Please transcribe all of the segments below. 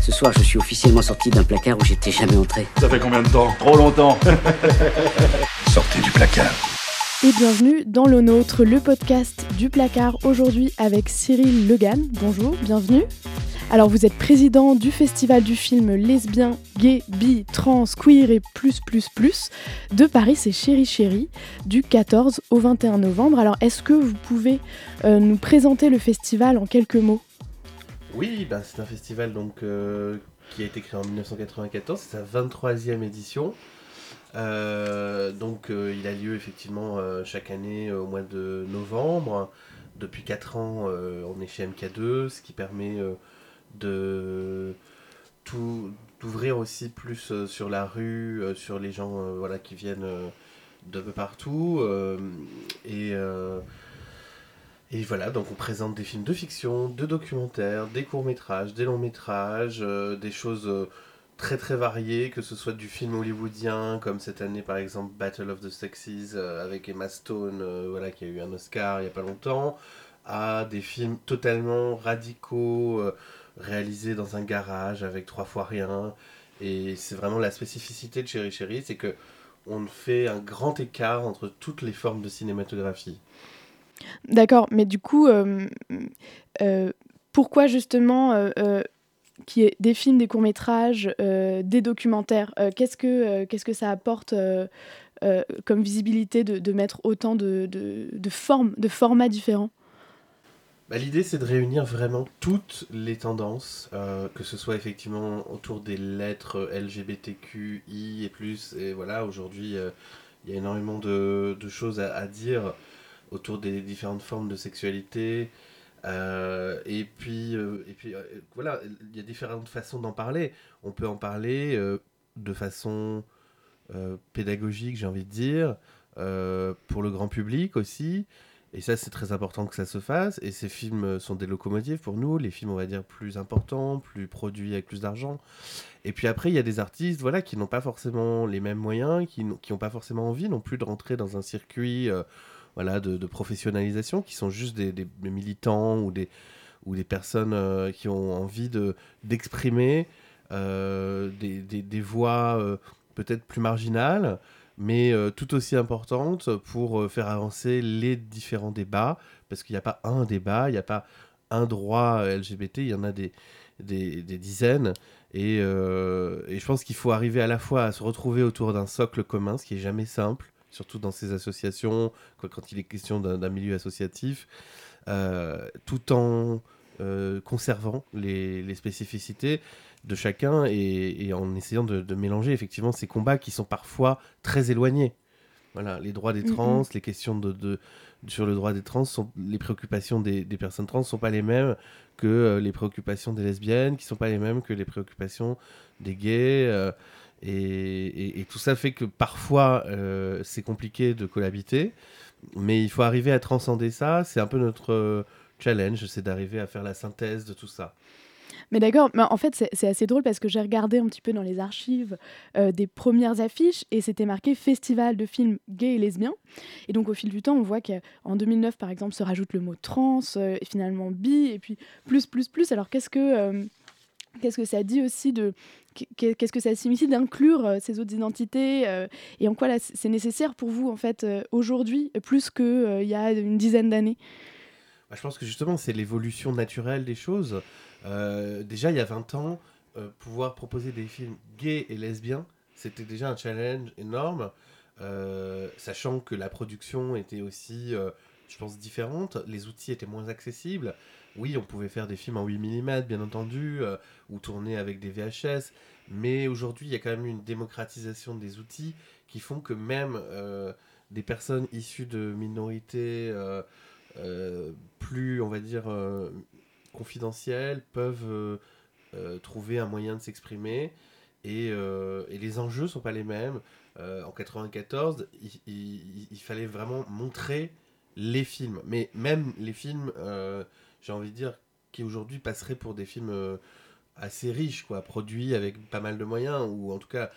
Ce soir, je suis officiellement sorti d'un placard où j'étais jamais entré. Ça fait combien de temps? Trop longtemps. Sortez du placard. Et bienvenue dans Le Nôtre, le podcast du placard, aujourd'hui avec Cyril Legan. Bonjour, bienvenue. Alors vous êtes président du festival du film lesbien, gay, bi, trans, queer et plus de Paris, c'est Chéri Chéri, du 14 au 21 novembre. Alors est-ce que vous pouvez nous présenter le festival en quelques mots ? Oui, c'est un festival qui a été créé en 1994, c'est sa 23e édition. Il a lieu effectivement chaque année au mois de novembre. Depuis 4 ans, on est chez MK2, ce qui permet d'ouvrir aussi plus sur la rue, sur les gens qui viennent de peu partout. Et voilà, donc on présente des films de fiction, de documentaires, des courts-métrages, des longs-métrages, des choses très très variées, que ce soit du film hollywoodien, comme cette année par exemple Battle of the Sexes avec Emma Stone, qui a eu un Oscar il n'y a pas longtemps, à des films totalement radicaux, réalisés dans un garage avec 3 fois rien. Et c'est vraiment la spécificité de Chéri Chéri, c'est qu'on fait un grand écart entre toutes les formes de cinématographie. D'accord, mais du coup, pourquoi justement qu'il y ait des films, des courts-métrages, des documentaires, qu'est-ce que ça apporte comme visibilité de mettre autant de formats différents ? L'idée, c'est de réunir vraiment toutes les tendances, que ce soit effectivement autour des lettres LGBTQI et plus. Et voilà, aujourd'hui, il y a énormément de choses à dire autour des différentes formes de sexualité. Il y a différentes façons d'en parler. On peut en parler de façon pédagogique, j'ai envie de dire, pour le grand public aussi. Et ça, c'est très important que ça se fasse. Et ces films sont des locomotives pour nous, les films, on va dire, plus importants, plus produits avec plus d'argent. Et puis après, il y a des artistes qui n'ont pas forcément les mêmes moyens, qui n'ont pas forcément envie non plus de rentrer dans un circuit de professionnalisation, qui sont juste des militants ou des personnes qui ont envie d'exprimer des voix peut-être plus marginales, mais tout aussi importante pour faire avancer les différents débats, parce qu'il n'y a pas un débat, il n'y a pas un droit LGBT, il y en a des dizaines, et je pense qu'il faut arriver à la fois à se retrouver autour d'un socle commun, ce qui n'est jamais simple, surtout dans ces associations, quand il est question d'un milieu associatif, tout en conservant les spécificités de chacun et en essayant de mélanger effectivement ces combats qui sont parfois très éloignés. Voilà, les droits des trans, les questions sur le droit des trans, les préoccupations des personnes trans ne sont pas les mêmes que les préoccupations des lesbiennes, qui ne sont pas les mêmes que les préoccupations des gays. Et tout ça fait que parfois c'est compliqué de cohabiter, mais il faut arriver à transcender ça. C'est un peu notre challenge, c'est d'arriver à faire la synthèse de tout ça. Mais d'accord, mais en fait c'est assez drôle parce que j'ai regardé un petit peu dans les archives des premières affiches et c'était marqué Festival de films gays et lesbiens. Et donc au fil du temps, on voit qu'en 2009 par exemple se rajoute le mot trans, et finalement bi, et puis plus. Alors qu'est-ce que ça dit aussi qu'est-ce que ça signifie d'inclure ces autres identités et en quoi là, c'est nécessaire pour vous en fait aujourd'hui plus qu'il y a une dizaine d'années ? Je pense que justement c'est l'évolution naturelle des choses. Déjà il y a 20 ans, pouvoir proposer des films gays et lesbiens, c'était déjà un challenge énorme, sachant que la production était aussi, je pense, différente, les outils étaient moins accessibles. Oui, on pouvait faire des films en 8 mm, bien entendu, ou tourner avec des VHS, mais aujourd'hui, il y a quand même une démocratisation des outils qui font que même des personnes issues de minorités plus, on va dire, confidentielles peuvent trouver un moyen de s'exprimer. Et les enjeux ne sont pas les mêmes. En 94, il fallait vraiment montrer les films. Mais même les films, j'ai envie de dire, qui aujourd'hui passeraient pour des films assez riches, produits avec pas mal de moyens, ou en tout cas,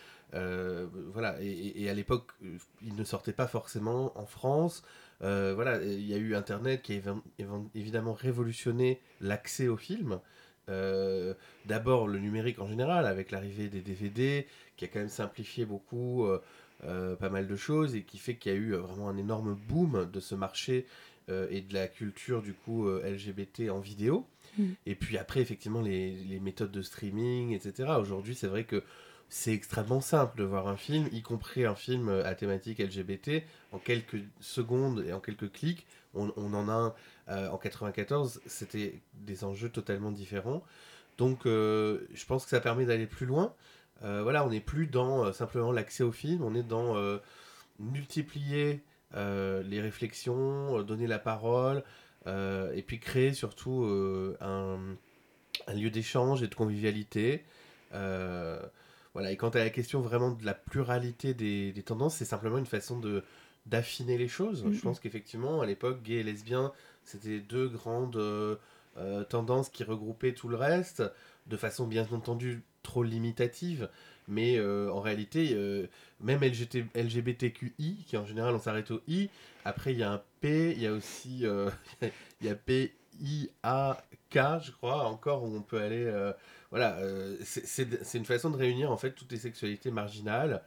et à l'époque, ils ne sortaient pas forcément en France. Il y a eu Internet qui a évidemment révolutionné l'accès aux films. D'abord le numérique en général, avec l'arrivée des DVD, qui a quand même simplifié beaucoup pas mal de choses, et qui fait qu'il y a eu vraiment un énorme boom de ce marché et de la culture du coup LGBT en vidéo. Et puis après, effectivement, les méthodes de streaming, etc. Aujourd'hui, c'est vrai que c'est extrêmement simple de voir un film, y compris un film à thématique LGBT, en quelques secondes et en quelques clics. On en a un en 94, c'était des enjeux totalement différents. Donc, je pense que ça permet d'aller plus loin. Voilà, on n'est plus dans simplement l'accès au film, on est dans multiplier les réflexions, donner la parole, et puis créer surtout un lieu d'échange et de convivialité. Euh, voilà, et quant à la question vraiment de la pluralité des tendances, c'est simplement une façon d'affiner les choses. Je pense qu'effectivement, à l'époque, gay et lesbien, c'était deux grandes tendances qui regroupaient tout le reste, de façon bien entendu trop limitative, mais en réalité, même LGBTQI, qui en général on s'arrête au I, après il y a un P, il y a aussi il y a PIAK, je crois, encore où on peut aller. Voilà, c'est une façon de réunir en fait toutes les sexualités marginales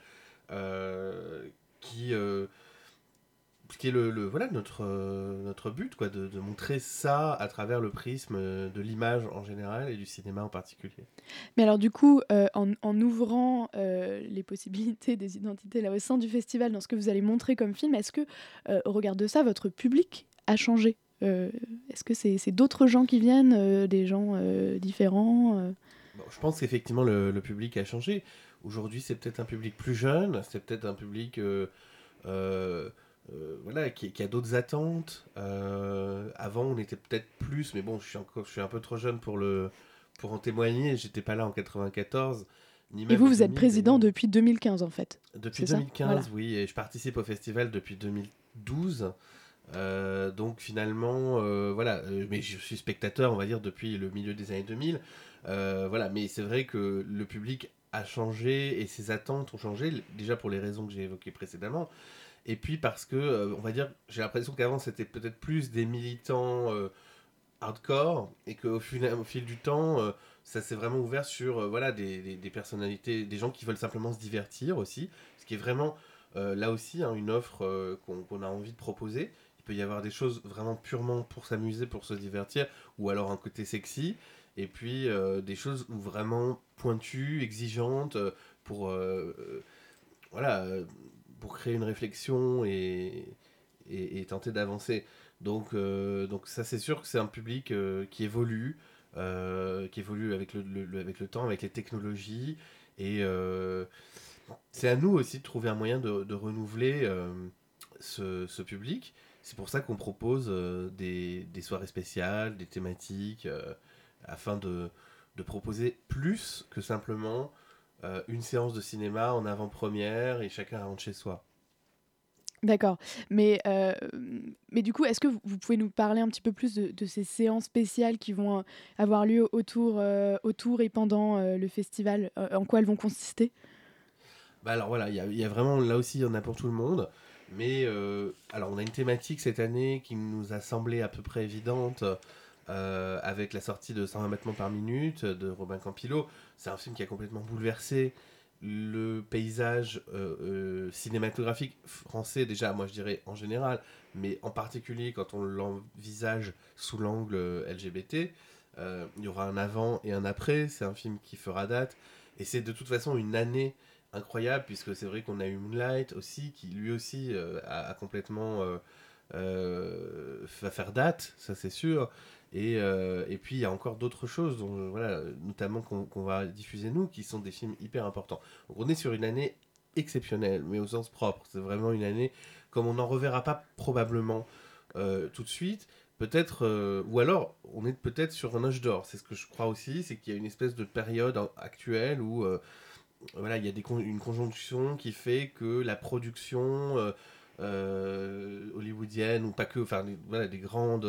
qui est voilà, notre but, quoi, de montrer ça à travers le prisme de l'image en général et du cinéma en particulier. Mais alors du coup, en ouvrant les possibilités des identités là au sein du festival, dans ce que vous allez montrer comme film, est-ce que, au regard de ça, votre public a changé? Est-ce que c'est d'autres gens qui viennent, des gens différents? Bon, je pense qu'effectivement le public a changé. Aujourd'hui, c'est peut-être un public plus jeune, c'est peut-être un public euh, voilà, qui a d'autres attentes. Avant, on était peut-être plus, mais bon, je suis un peu trop jeune pour en témoigner. J'étais pas là en 94, ni Et même vous, en vous êtes 2000 président d'ailleurs. depuis 2015 en fait. Depuis C'est ça? 2015, Voilà. oui, et je participe au festival depuis 2012. Donc finalement, voilà, mais je suis spectateur, on va dire, depuis le milieu des années 2000. Voilà, mais c'est vrai que le public a changé et ses attentes ont changé, déjà pour les raisons que j'ai évoquées précédemment. Et puis parce que, on va dire, j'ai l'impression qu'avant c'était peut-être plus des militants hardcore et au fil du temps, ça s'est vraiment ouvert sur voilà, des personnalités, des gens qui veulent simplement se divertir aussi, ce qui est vraiment là aussi hein, une offre qu'on a envie de proposer. Il peut y avoir des choses vraiment purement pour s'amuser, pour se divertir, ou alors un côté sexy, et puis des choses vraiment pointues, exigeantes, pour, voilà, pour créer une réflexion et tenter d'avancer. Donc ça c'est sûr que c'est un public qui évolue avec avec le temps, avec les technologies, et c'est à nous aussi de trouver un moyen de renouveler ce public. C'est pour ça qu'on propose des soirées spéciales, des thématiques, afin de proposer plus que simplement une séance de cinéma en avant-première et chacun rentre chez soi. D'accord. Mais du coup, est-ce que vous pouvez nous parler un petit peu plus de ces séances spéciales qui vont avoir lieu autour et pendant le festival? En quoi elles vont consister? Bah alors voilà, il y a vraiment, là aussi, il y en a pour tout le monde. Mais alors, on a une thématique cette année qui nous a semblé à peu près évidente avec la sortie de 120 battements par minute de Robin Campillo. C'est un film qui a complètement bouleversé le paysage cinématographique français, déjà, moi je dirais en général, mais en particulier quand on l'envisage sous l'angle LGBT. Il y aura un avant et un après, c'est un film qui fera date. Et c'est de toute façon une année incroyable, puisque c'est vrai qu'on a eu Moonlight aussi, qui lui aussi a complètement va faire date, ça c'est sûr. Et puis il y a encore d'autres choses, dont, voilà, notamment qu'on va diffuser nous, qui sont des films hyper importants. Donc on est sur une année exceptionnelle, mais au sens propre. C'est vraiment une année comme on n'en reverra pas probablement tout de suite. Peut-être, ou alors on est peut-être sur un âge d'or. C'est ce que je crois aussi, c'est qu'il y a une espèce de période actuelle où voilà, il y a une conjonction qui fait que la production hollywoodienne, ou pas que, enfin, voilà, des grandes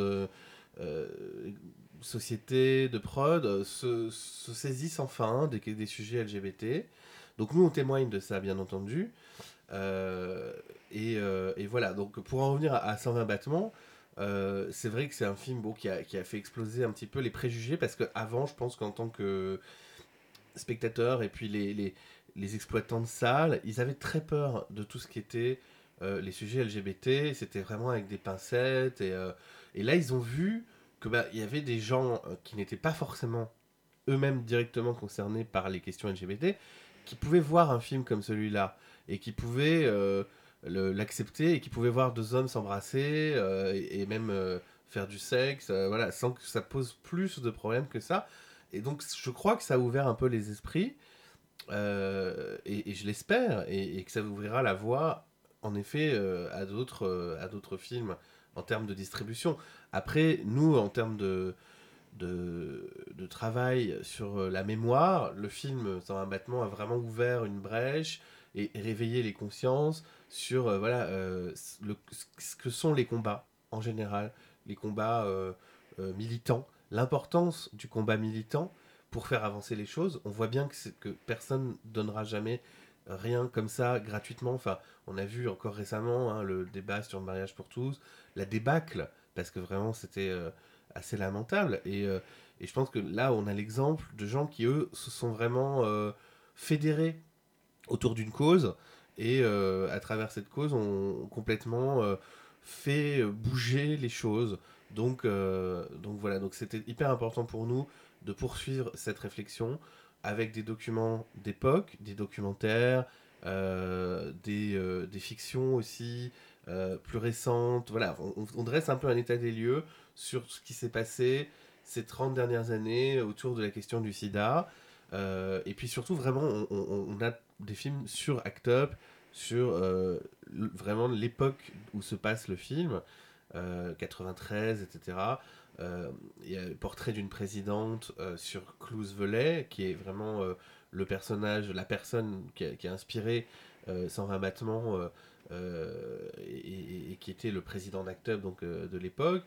sociétés de prod se saisissent enfin des sujets LGBT. Donc nous, on témoigne de ça, bien entendu. Et voilà, donc pour en revenir à 120 battements, C'est vrai que c'est un film qui a fait exploser un petit peu les préjugés, parce qu'avant, je pense qu'en tant que spectateur, et puis les exploitants de salles, ils avaient très peur de tout ce qui était les sujets LGBT. C'était vraiment avec des pincettes. Et là, ils ont vu que il y avait des gens qui n'étaient pas forcément eux-mêmes directement concernés par les questions LGBT, qui pouvaient voir un film comme celui-là, et qui pouvaient l'accepter, et qui pouvaient voir deux hommes s'embrasser, et même faire du sexe, voilà, sans que ça pose plus de problèmes que ça. Et donc, je crois que ça a ouvert un peu les esprits, et je l'espère, et que ça ouvrira la voie, en effet, à d'autres films en termes de distribution. Après, nous, en termes de travail sur la mémoire, le film Sans un battement a vraiment ouvert une brèche et réveillé les consciences sur ce que sont les combats en général, les combats militants, l'importance du combat militant pour faire avancer les choses. On voit bien que personne ne donnera jamais rien comme ça gratuitement. Enfin, on a vu encore récemment, hein, le débat sur le mariage pour tous, la débâcle, parce que vraiment c'était assez lamentable. Et je pense que là, on a l'exemple de gens qui, eux, se sont vraiment fédérés autour d'une cause, et à travers cette cause, ont complètement fait bouger les choses. Donc voilà, donc c'était hyper important pour nous de poursuivre cette réflexion avec des documents d'époque, des documentaires, des fictions aussi plus récentes. Voilà, on dresse un peu un état des lieux sur ce qui s'est passé ces 30 dernières années autour de la question du sida. Et puis surtout, vraiment, on a des films sur ACT UP, sur vraiment l'époque où se passe le film, 93, etc. Il y a le portrait d'une présidente sur Clouse Velay, qui est vraiment le personnage, la personne qui a inspiré 120 battements, et qui était le président d'ACT UP, donc, de l'époque.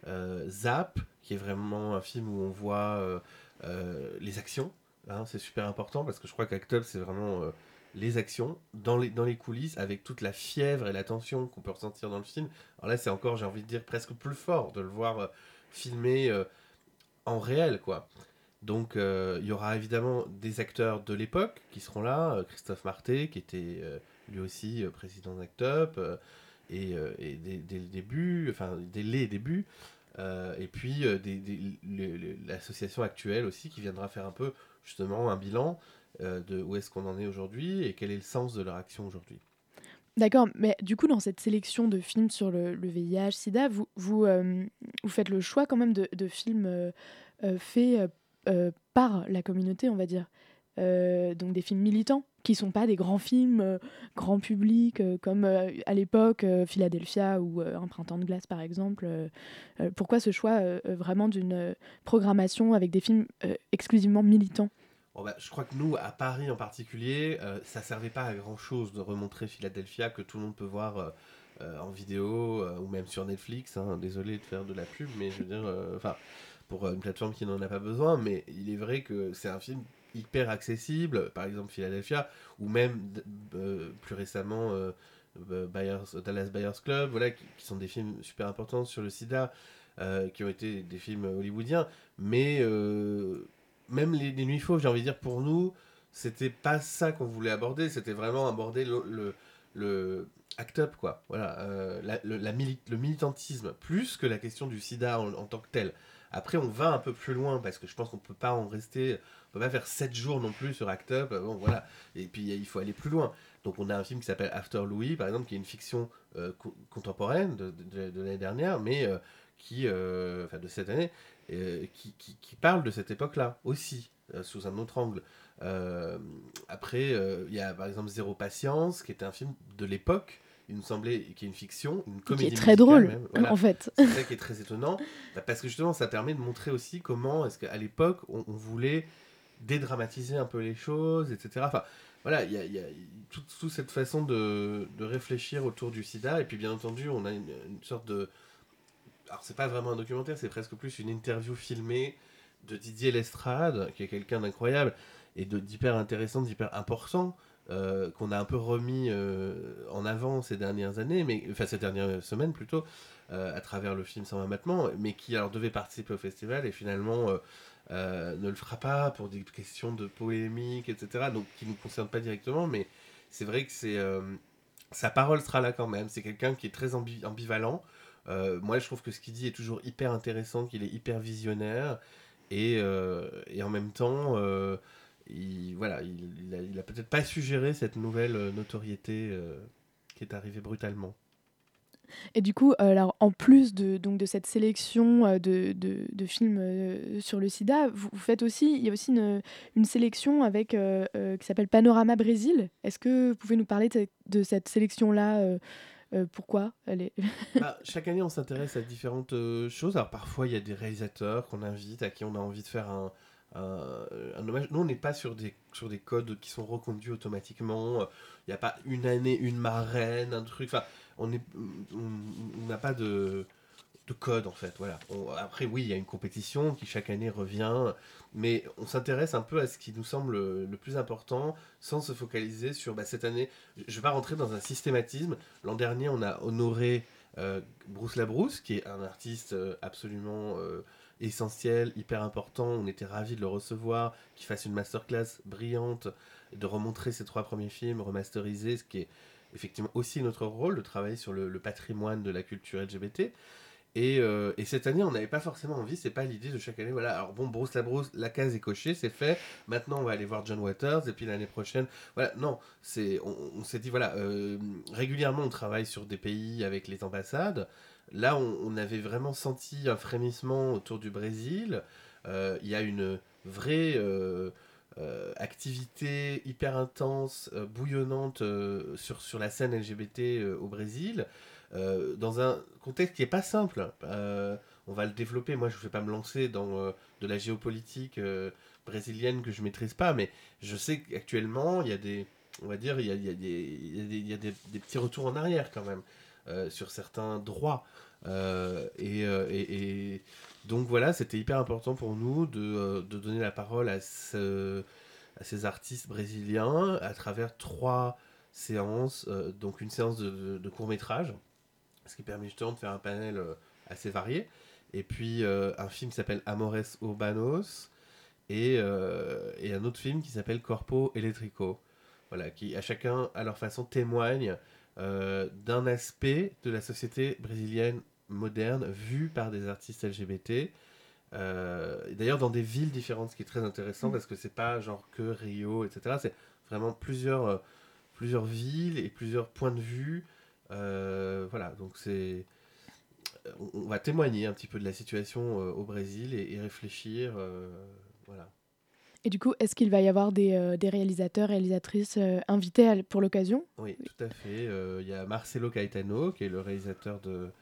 Zap, qui est vraiment un film où on voit les actions. Hein, c'est super important, parce que je crois qu'ACT UP, c'est vraiment les actions dans les coulisses, avec toute la fièvre et la tension qu'on peut ressentir dans le film. Alors là, c'est encore, j'ai envie de dire, presque plus fort de le voir filmé en réel, quoi. Donc il y aura évidemment des acteurs de l'époque qui seront là, Christophe Marté, qui était lui aussi président d'ACT UP, et dès le début, enfin dès les débuts, et puis l'association actuelle aussi, qui viendra faire un peu justement un bilan de où est-ce qu'on en est aujourd'hui, et quel est le sens de leur action aujourd'hui. D'accord, mais du coup, dans cette sélection de films sur le VIH, SIDA, vous faites le choix quand même de films faits par la communauté, on va dire. Donc des films militants, qui sont pas des grands films grand public, comme à l'époque Philadelphia ou Un printemps de glace, par exemple. Pourquoi ce choix vraiment d'une programmation avec des films exclusivement militants? Bon, je crois que nous, à Paris en particulier, ça servait pas à grand chose de remontrer Philadelphia, que tout le monde peut voir en vidéo, ou même sur Netflix, hein. Désolé de faire de la pub, mais je veux dire, pour une plateforme qui n'en a pas besoin, mais il est vrai que c'est un film hyper accessible, par exemple Philadelphia, ou même plus récemment Dallas Buyers Club, voilà, qui sont des films super importants sur le sida, qui ont été des films hollywoodiens, mais même les Nuits Fauves, j'ai envie de dire, pour nous, c'était pas ça qu'on voulait aborder, c'était vraiment aborder le ACT UP, quoi. Voilà, le militantisme, plus que la question du sida en tant que tel. Après, on va un peu plus loin, parce que je pense qu'on peut pas en rester, on peut pas faire 7 jours non plus sur ACT UP, bon voilà, et puis il faut aller plus loin. Donc on a un film qui s'appelle After Louis, par exemple, qui est une fiction contemporaine de l'année dernière, mais enfin de cette année, qui parle de cette époque-là aussi, sous un autre angle. Après, il y a par exemple Zéro Patience, qui est un film de l'époque, il nous semblait, qui est une fiction, une comédie qui est très musicale drôle, même, voilà. en fait. C'est ça qui est très étonnant, parce que justement ça permet de montrer aussi comment est-ce qu'à l'époque on voulait dédramatiser un peu les choses, etc. Enfin voilà, il y a toute cette façon de réfléchir autour du sida. Et puis bien entendu on a une sorte de... Alors c'est pas vraiment un documentaire, c'est presque plus une interview filmée de Didier Lestrade, qui est quelqu'un d'incroyable et d'hyper intéressant, d'hyper important, qu'on a un peu remis en avant ces dernières années, ces dernières semaines plutôt, à travers le film 120 battements, mais qui alors devait participer au festival et finalement ne le fera pas pour des questions de polémique, etc. Donc qui ne nous concerne pas directement, mais c'est vrai que sa parole sera là quand même. C'est quelqu'un qui est très ambivalent. Moi, je trouve que ce qu'il dit est toujours hyper intéressant, qu'il est hyper visionnaire et en même temps. Il a peut-être pas su gérer cette nouvelle notoriété qui est arrivée brutalement. Et du coup, alors, en plus de cette sélection de films sur le sida, vous faites aussi, il y a aussi une sélection avec, qui s'appelle Panorama Brésil. Est-ce que vous pouvez nous parler de cette sélection-là pourquoi elle est... Chaque année, on s'intéresse à différentes choses. Alors parfois, il y a des réalisateurs qu'on invite, à qui on a envie de faire un hommage. Nous, on n'est pas sur des codes qui sont reconduits automatiquement. Il n'y a pas une année, une marraine, un truc. Enfin, on n'a pas de code, en fait. Voilà. Après, oui, il y a une compétition qui chaque année revient, mais on s'intéresse un peu à ce qui nous semble le plus important, sans se focaliser sur cette année. Je ne vais pas rentrer dans un systématisme. L'an dernier, on a honoré Bruce Labrousse, qui est un artiste absolument essentiel, hyper important. On était ravis de le recevoir, qu'il fasse une masterclass brillante, de remontrer ses 3 premiers films remasterisés, ce qui est effectivement aussi notre rôle, de travailler sur le patrimoine de la culture LGBT. Et cette année, on n'avait pas forcément envie, c'est pas l'idée de chaque année. Voilà, alors bon, Bruce Labrousse, la case est cochée, c'est fait. Maintenant, on va aller voir John Waters, et puis l'année prochaine. Voilà, non, on s'est dit, voilà, régulièrement, on travaille sur des pays avec les ambassades. Là, on avait vraiment senti un frémissement autour du Brésil. Il y a une vraie activité hyper intense, bouillonnante sur la scène LGBT au Brésil. Dans un contexte qui n'est pas simple. On va le développer. Moi, je ne vais pas me lancer dans de la géopolitique brésilienne que je ne maîtrise pas, mais je sais qu'actuellement, il y a des, on va dire, il y a des petits retours en arrière quand même sur certains droits. Et donc voilà, c'était hyper important pour nous de donner la parole à ces artistes brésiliens à travers 3 séances, donc une séance de court-métrage, ce qui permet justement de faire un panel assez varié. Et puis un film qui s'appelle Amores Urbanos et un autre film qui s'appelle Corpo Elétrico. Voilà, qui à chacun à leur façon témoignent d'un aspect de la société brésilienne moderne vu par des artistes LGBT. D'ailleurs dans des villes différentes, ce qui est très intéressant parce que c'est pas genre que Rio, etc. C'est vraiment plusieurs villes et plusieurs points de vue. Voilà, donc on va témoigner un petit peu de la situation au Brésil et réfléchir. Voilà. Et du coup, est-ce qu'il va y avoir des réalisateurs, réalisatrices invités pour l'occasion ? Oui, tout à fait. Il y a Marcelo Caetano, qui est le réalisateur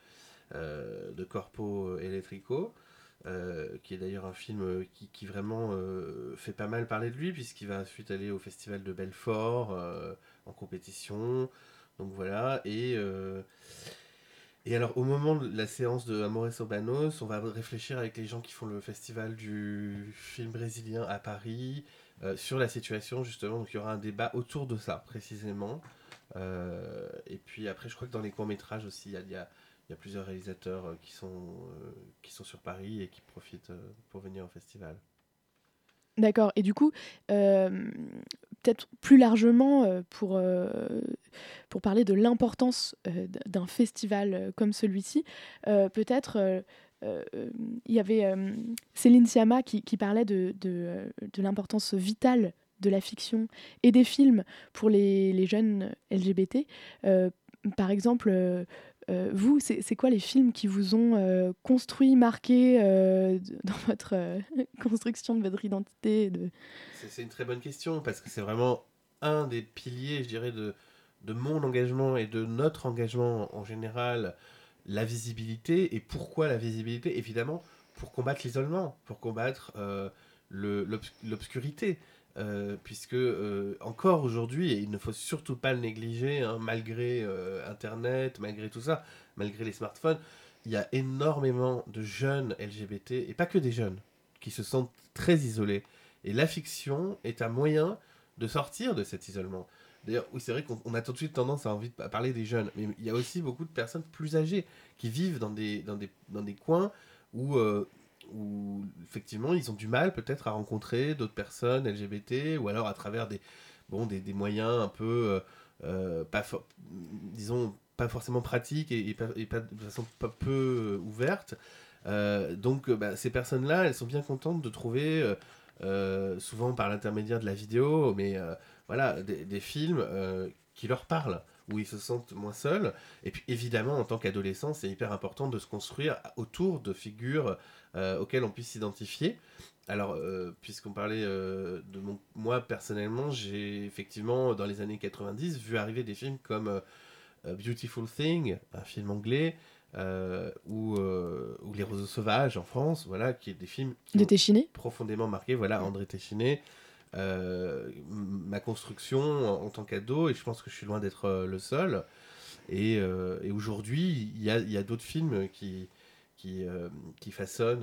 de Corpo Elétrico, qui est d'ailleurs un film qui vraiment fait pas mal parler de lui, puisqu'il va ensuite aller au Festival de Belfort en compétition. Donc voilà, et alors au moment de la séance de Amores Urbanos, on va réfléchir avec les gens qui font le festival du film brésilien à Paris sur la situation justement, donc il y aura un débat autour de ça précisément. Et puis après je crois que dans les courts-métrages aussi, il y a plusieurs réalisateurs qui sont sur Paris et qui profitent pour venir au festival. D'accord. Et du coup, peut-être plus largement, pour parler de l'importance d'un festival comme celui-ci, peut-être il y avait Céline Sciamma qui parlait de l'importance vitale de la fiction et des films pour les jeunes LGBT. Par exemple, vous, c'est quoi les films qui vous ont construit, marqué dans votre construction de votre identité C'est une très bonne question, parce que c'est vraiment un des piliers, je dirais, de mon engagement et de notre engagement en général, la visibilité. Et pourquoi la visibilité ? Évidemment, pour combattre l'isolement, pour combattre l'obscurité. Puisque encore aujourd'hui, et il ne faut surtout pas le négliger, hein, malgré Internet, malgré tout ça, malgré les smartphones, il y a énormément de jeunes LGBT, et pas que des jeunes, qui se sentent très isolés. Et la fiction est un moyen de sortir de cet isolement. D'ailleurs, oui, c'est vrai qu'on a tout de suite tendance à parler des jeunes, mais il y a aussi beaucoup de personnes plus âgées qui vivent dans des coins où effectivement ils ont du mal peut-être à rencontrer d'autres personnes LGBT, ou alors à travers des moyens un peu, disons, pas forcément pratiques et pas de façon pas peu ouverte. Donc ces personnes-là, elles sont bien contentes de trouver, souvent par l'intermédiaire de la vidéo, mais voilà, des films qui leur parlent, où ils se sentent moins seuls. Et puis évidemment, en tant qu'adolescent, c'est hyper important de se construire autour de figures auxquelles on puisse s'identifier. Alors, puisqu'on parlait moi personnellement, j'ai effectivement, dans les années 90, vu arriver des films comme Beautiful Thing, un film anglais, ou Les Roseaux Sauvages en France, voilà, qui est des films qui De m'ont Téchiné. profondément marqué. Voilà, André Téchiné, ma construction en tant qu'ado, et je pense que je suis loin d'être le seul. Et aujourd'hui, il y a d'autres films qui façonnent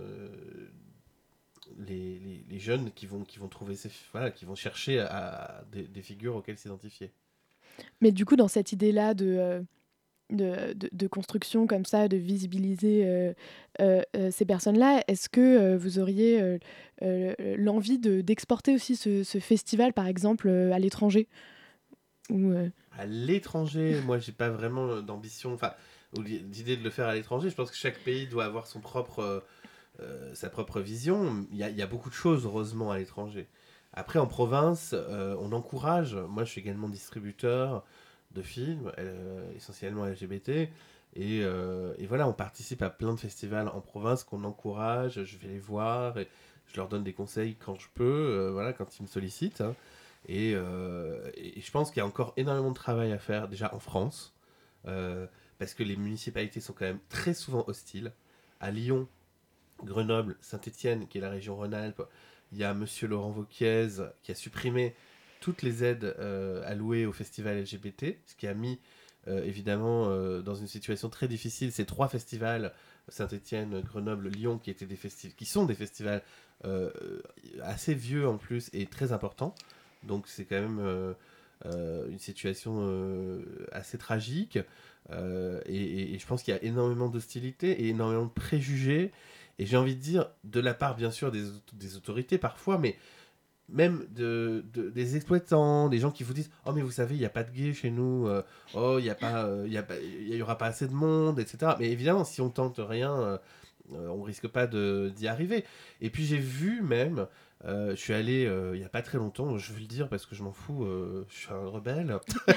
les jeunes qui vont trouver voilà, qui vont chercher à des figures auxquelles s'identifier. Mais du coup, dans cette idée-là de construction comme ça, de visibiliser ces personnes-là, est-ce que vous auriez l'envie d'exporter aussi ce festival, par exemple, à l'étranger ou, À l'étranger, moi, j'ai pas vraiment d'ambition, enfin, ou d'idée de le faire à l'étranger. Je pense que chaque pays doit avoir sa propre vision. Il y a beaucoup de choses, heureusement, à l'étranger. Après, en province, on encourage. Moi, je suis également distributeur de films, essentiellement LGBT. Et voilà, on participe à plein de festivals en province qu'on encourage. Je vais les voir et je leur donne des conseils quand je peux, voilà, quand ils me sollicitent, hein. Et je pense qu'il y a encore énormément de travail à faire, déjà en France, parce que les municipalités sont quand même très souvent hostiles. À Lyon, Grenoble, Saint-Étienne, qui est la région Rhône-Alpes, il y a Monsieur Laurent Wauquiez qui a supprimé toutes les aides allouées au festival LGBT, ce qui a mis évidemment dans une situation très difficile ces trois festivals, Saint-Étienne, Grenoble, Lyon, qui sont des festivals euh, assez vieux en plus et très importants. Donc c'est quand même une situation assez tragique. Et je pense qu'il y a énormément d'hostilité et énormément de préjugés. Et j'ai envie de dire, de la part bien sûr des autorités parfois, mais même des exploitants, des gens qui vous disent « Oh mais vous savez, il n'y a pas de gays chez nous, oh il y aura pas assez de monde, etc. » Mais évidemment, si on tente rien, on risque pas d'y arriver. Et puis j'ai vu même, je suis allé il y a pas très longtemps, je veux le dire parce que je m'en fous, je suis un rebelle.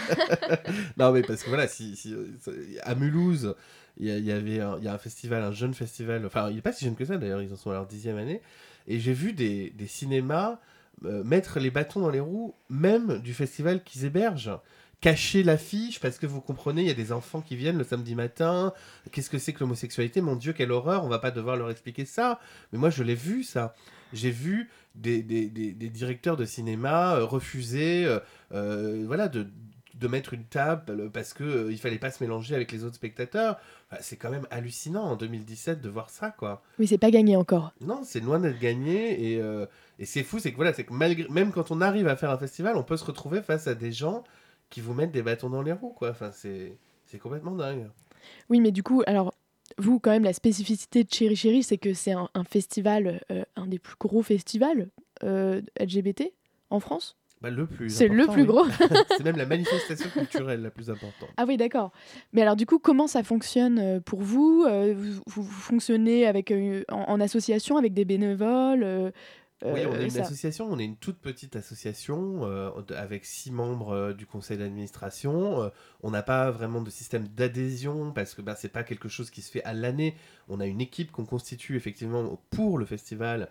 Non mais parce que voilà, à Mulhouse, il y a un festival, un jeune festival, enfin il est pas si jeune que ça d'ailleurs, ils en sont à leur 10e année, et j'ai vu des cinémas mettre les bâtons dans les roues, même du festival qu'ils hébergent. Cacher l'affiche, parce que vous comprenez, il y a des enfants qui viennent le samedi matin. Qu'est-ce que c'est que l'homosexualité? Mon Dieu, quelle horreur, on va pas devoir leur expliquer ça. Mais moi, je l'ai vu, ça. J'ai vu des directeurs de cinéma refuser voilà, de mettre une table parce qu'il il fallait pas se mélanger avec les autres spectateurs. Enfin, c'est quand même hallucinant en 2017 de voir ça, quoi. Oui, c'est pas gagné encore. Non, c'est loin d'être gagné. Et c'est fou, c'est que voilà, c'est que même quand on arrive à faire un festival, on peut se retrouver face à des gens qui vous mettent des bâtons dans les roues, quoi. Enfin, c'est complètement dingue. Oui, mais du coup, alors, vous, quand même, la spécificité de Chéri Chéri, c'est que c'est un festival, un des plus gros festivals LGBT en France. Bah, le plus C'est le important, plus oui. gros. C'est même la manifestation culturelle la plus importante. Ah oui, d'accord. Mais alors, du coup, comment ça fonctionne pour vous? Vous fonctionnez avec, en association avec des bénévoles Oui, on est une ça... association, on est une toute petite association avec 6 membres du conseil d'administration. On n'a pas vraiment de système d'adhésion parce que c'est pas quelque chose qui se fait à l'année. On a une équipe qu'on constitue effectivement pour le festival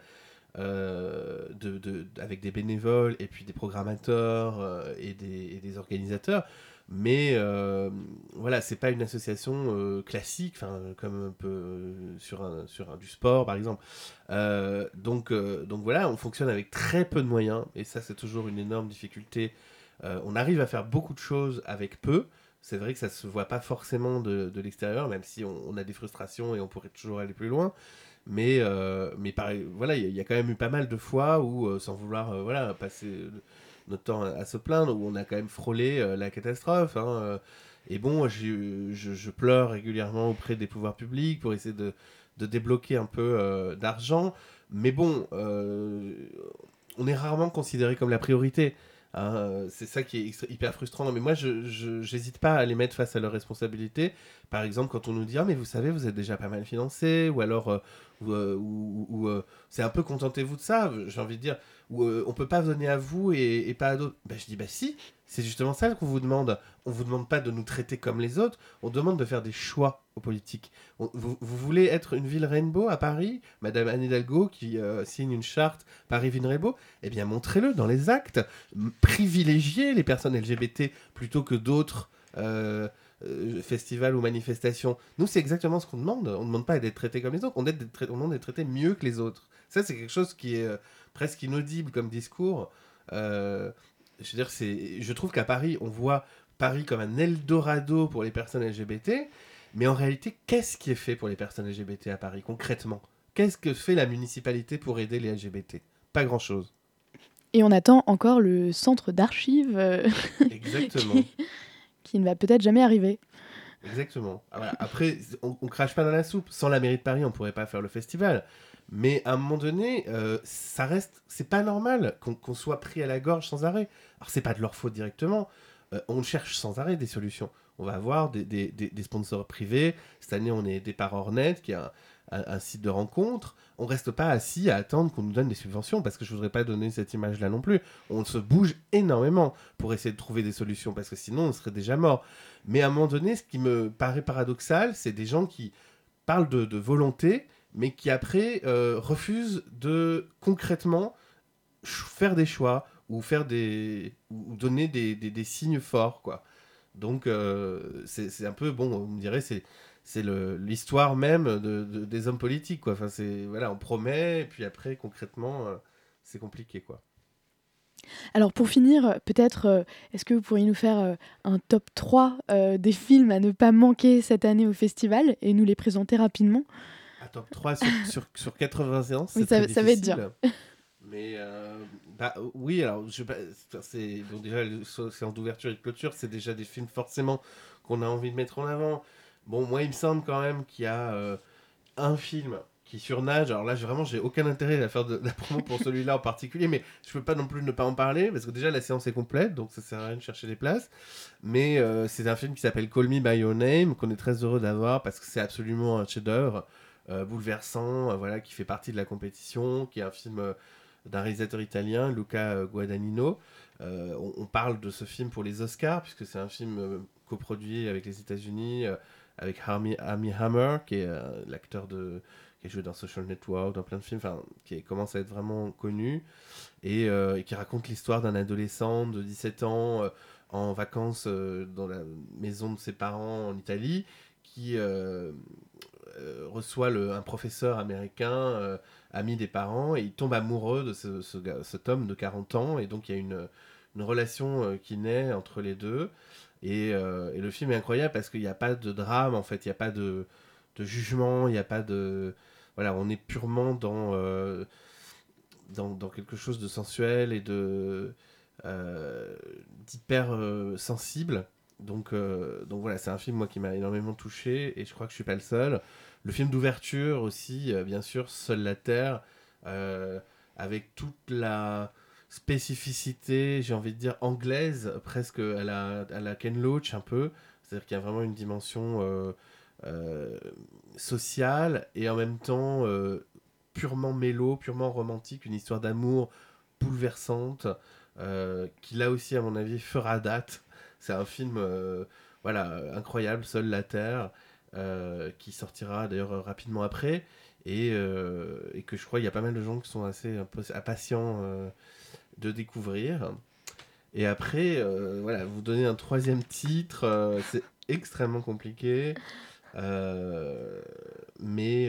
avec des bénévoles et puis des programmateurs et des organisateurs. Mais voilà, c'est pas une association classique, comme un peu sur du sport par exemple. Donc voilà, on fonctionne avec très peu de moyens et ça c'est toujours une énorme difficulté. On arrive à faire beaucoup de choses avec peu. C'est vrai que ça se voit pas forcément de l'extérieur, même si on a des frustrations et on pourrait toujours aller plus loin. Mais pareil, voilà, il y a quand même eu pas mal de fois où, sans vouloir voilà, passer notre temps à se plaindre, où on a quand même frôlé la catastrophe. Et bon, je pleure régulièrement auprès des pouvoirs publics pour essayer de débloquer un peu d'argent. Mais bon, on est rarement considéré comme la priorité. C'est ça qui est hyper frustrant. Mais moi, je n'hésite pas à les mettre face à leurs responsabilités. Par exemple, quand on nous dit « Ah, mais vous savez, vous êtes déjà pas mal financé », ou alors c'est un peu « Contentez-vous de ça », j'ai envie de dire, ou on peut pas donner à vous et pas à d'autres. Je dis « Bah si, c'est justement ça qu'on vous demande. On vous demande pas de nous traiter comme les autres, on demande de faire des choix aux politiques. Vous voulez être une ville rainbow à Paris, Madame Anne Hidalgo qui signe une charte Paris-Ville Rainbow, eh bien montrez-le dans les actes. Privilégiez les personnes LGBT plutôt que d'autres festivals ou manifestations. Nous, c'est exactement ce qu'on demande. On ne demande pas d'être traité comme les autres, on demande d'être traité mieux que les autres. Ça, c'est quelque chose qui est presque inaudible comme discours. Je veux dire, je trouve qu'à Paris, on voit Paris comme un Eldorado pour les personnes LGBT, mais en réalité, qu'est-ce qui est fait pour les personnes LGBT à Paris, concrètement ? Qu'est-ce que fait la municipalité pour aider les LGBT ? Pas grand-chose. Et on attend encore le centre d'archives Exactement. qui ne va peut-être jamais arriver. Exactement. Voilà. Après, on crache pas dans la soupe. Sans la mairie de Paris, on pourrait pas faire le festival. Mais à un moment donné, ça reste... C'est pas normal qu'on soit pris à la gorge sans arrêt. Alors, c'est pas de leur faute directement. On cherche sans arrêt des solutions. On va avoir des sponsors privés. Cette année, on est aidé par Hornet, qui est un site de rencontre. On reste pas assis à attendre qu'on nous donne des subventions, parce que je voudrais pas donner cette image-là non plus. On se bouge énormément pour essayer de trouver des solutions, parce que sinon, on serait déjà mort. Mais à un moment donné, ce qui me paraît paradoxal, c'est des gens qui parlent de volonté, mais qui après refusent de concrètement faire des choix ou ou donner des signes forts, quoi. Donc c'est un peu, bon, on me dirait, c'est l'histoire même des hommes politiques, quoi. Enfin, voilà, on promet, et puis après, concrètement, c'est compliqué, quoi. Alors pour finir, peut-être, est-ce que vous pourriez nous faire un top 3 des films à ne pas manquer cette année au festival et nous les présenter rapidement ? Un top 3 sur 80 séances, Oui, c'est très ça va être dur. difficile. Mais oui, alors donc déjà les séances d'ouverture et de clôture, c'est déjà des films forcément qu'on a envie de mettre en avant. Bon, moi il me semble quand même qu'il y a un film qui surnage. Alors là, j'ai aucun intérêt à faire de la promo pour celui-là en particulier, mais je peux pas non plus ne pas en parler parce que déjà la séance est complète, donc ça sert à rien de chercher des places. Mais c'est un film qui s'appelle Call Me by Your Name, qu'on est très heureux d'avoir parce que c'est absolument un chef-d'œuvre bouleversant, voilà, qui fait partie de la compétition, qui est un film d'un réalisateur italien, Luca Guadagnino. On parle de ce film pour les Oscars, puisque c'est un film coproduit avec les États-Unis, avec Armie Hammer, qui est l'acteur qui a joué dans Social Network, dans plein de films, qui commence à être vraiment connu, et qui raconte l'histoire d'un adolescent de 17 ans en vacances dans la maison de ses parents en Italie, qui reçoit un professeur américain, ami des parents, et il tombe amoureux de cet homme de 40 ans, et donc il y a une relation qui naît entre les deux, et le film est incroyable parce qu'il n'y a pas de drame, en fait, il n'y a pas de jugement, il n'y a pas de... Voilà, on est purement dans quelque chose de sensuel et d'hyper sensible. Donc voilà, c'est un film, moi, qui m'a énormément touché, et je crois que je suis pas le seul. Le film d'ouverture aussi, bien sûr, Seule la Terre, avec toute la spécificité, j'ai envie de dire, anglaise, presque à la Ken Loach, un peu. C'est-à-dire qu'il y a vraiment une dimension sociale, et en même temps purement mélo, purement romantique, une histoire d'amour bouleversante, qui là aussi, à mon avis, fera date. C'est un film voilà, incroyable, Seule la Terre, qui sortira d'ailleurs rapidement après, et que je crois qu'il y a pas mal de gens qui sont assez impatients de découvrir. Et après, voilà, vous donner un troisième titre, c'est extrêmement compliqué, mais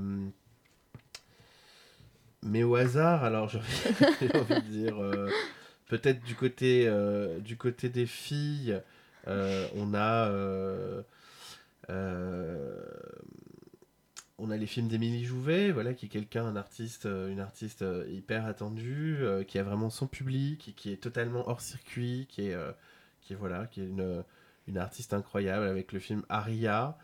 au hasard, alors j'ai envie de dire, peut-être du côté des filles, on a On a les films d'Émilie Jouvet, voilà, qui est une artiste hyper attendue, qui a vraiment son public, qui est totalement hors circuit, qui est une artiste incroyable avec le film Aria.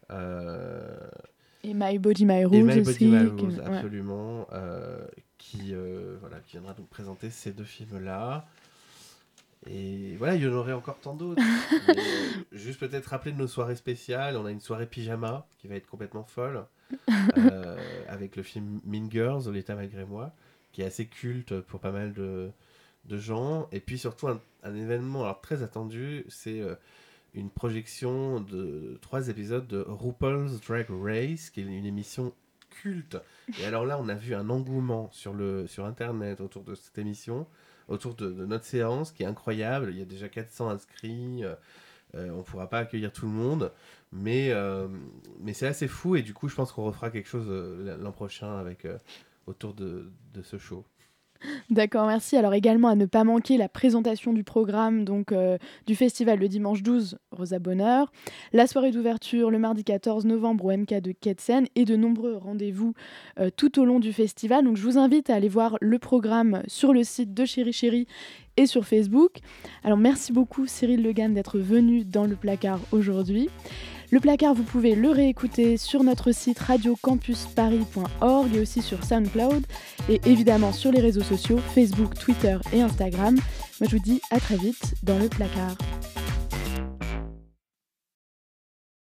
Et My Body My Rules Et My aussi. Body My Rules, absolument, qui viendra nous présenter ces 2 films-là. Et voilà, il y en aurait encore tant d'autres. Juste peut-être rappeler de nos soirées spéciales. On a une soirée pyjama qui va être complètement folle, avec le film Mean Girls, L'État malgré moi, qui est assez culte pour pas mal de gens. Et puis surtout un événement alors, très attendu, c'est une projection de 3 épisodes de RuPaul's Drag Race, qui est une émission culte. Et alors là, on a vu un engouement sur Internet autour de cette émission, autour de notre séance, qui est incroyable. Il y a déjà 400 inscrits. On ne pourra pas accueillir tout le monde, mais c'est assez fou. Et du coup, je pense qu'on refera quelque chose l'an prochain autour de ce show. D'accord, merci. Alors également à ne pas manquer la présentation du programme donc, du festival le dimanche 12, Rosa Bonheur, la soirée d'ouverture le mardi 14 novembre au MK de Quai de Seine et de nombreux rendez-vous tout au long du festival. Donc je vous invite à aller voir le programme sur le site de Chéri Chéri et sur Facebook. Alors merci beaucoup Cyril Legan d'être venu dans le placard aujourd'hui. Le placard, vous pouvez le réécouter sur notre site radiocampusparis.org et aussi sur SoundCloud et évidemment sur les réseaux sociaux Facebook, Twitter et Instagram. Moi je vous dis à très vite dans le placard.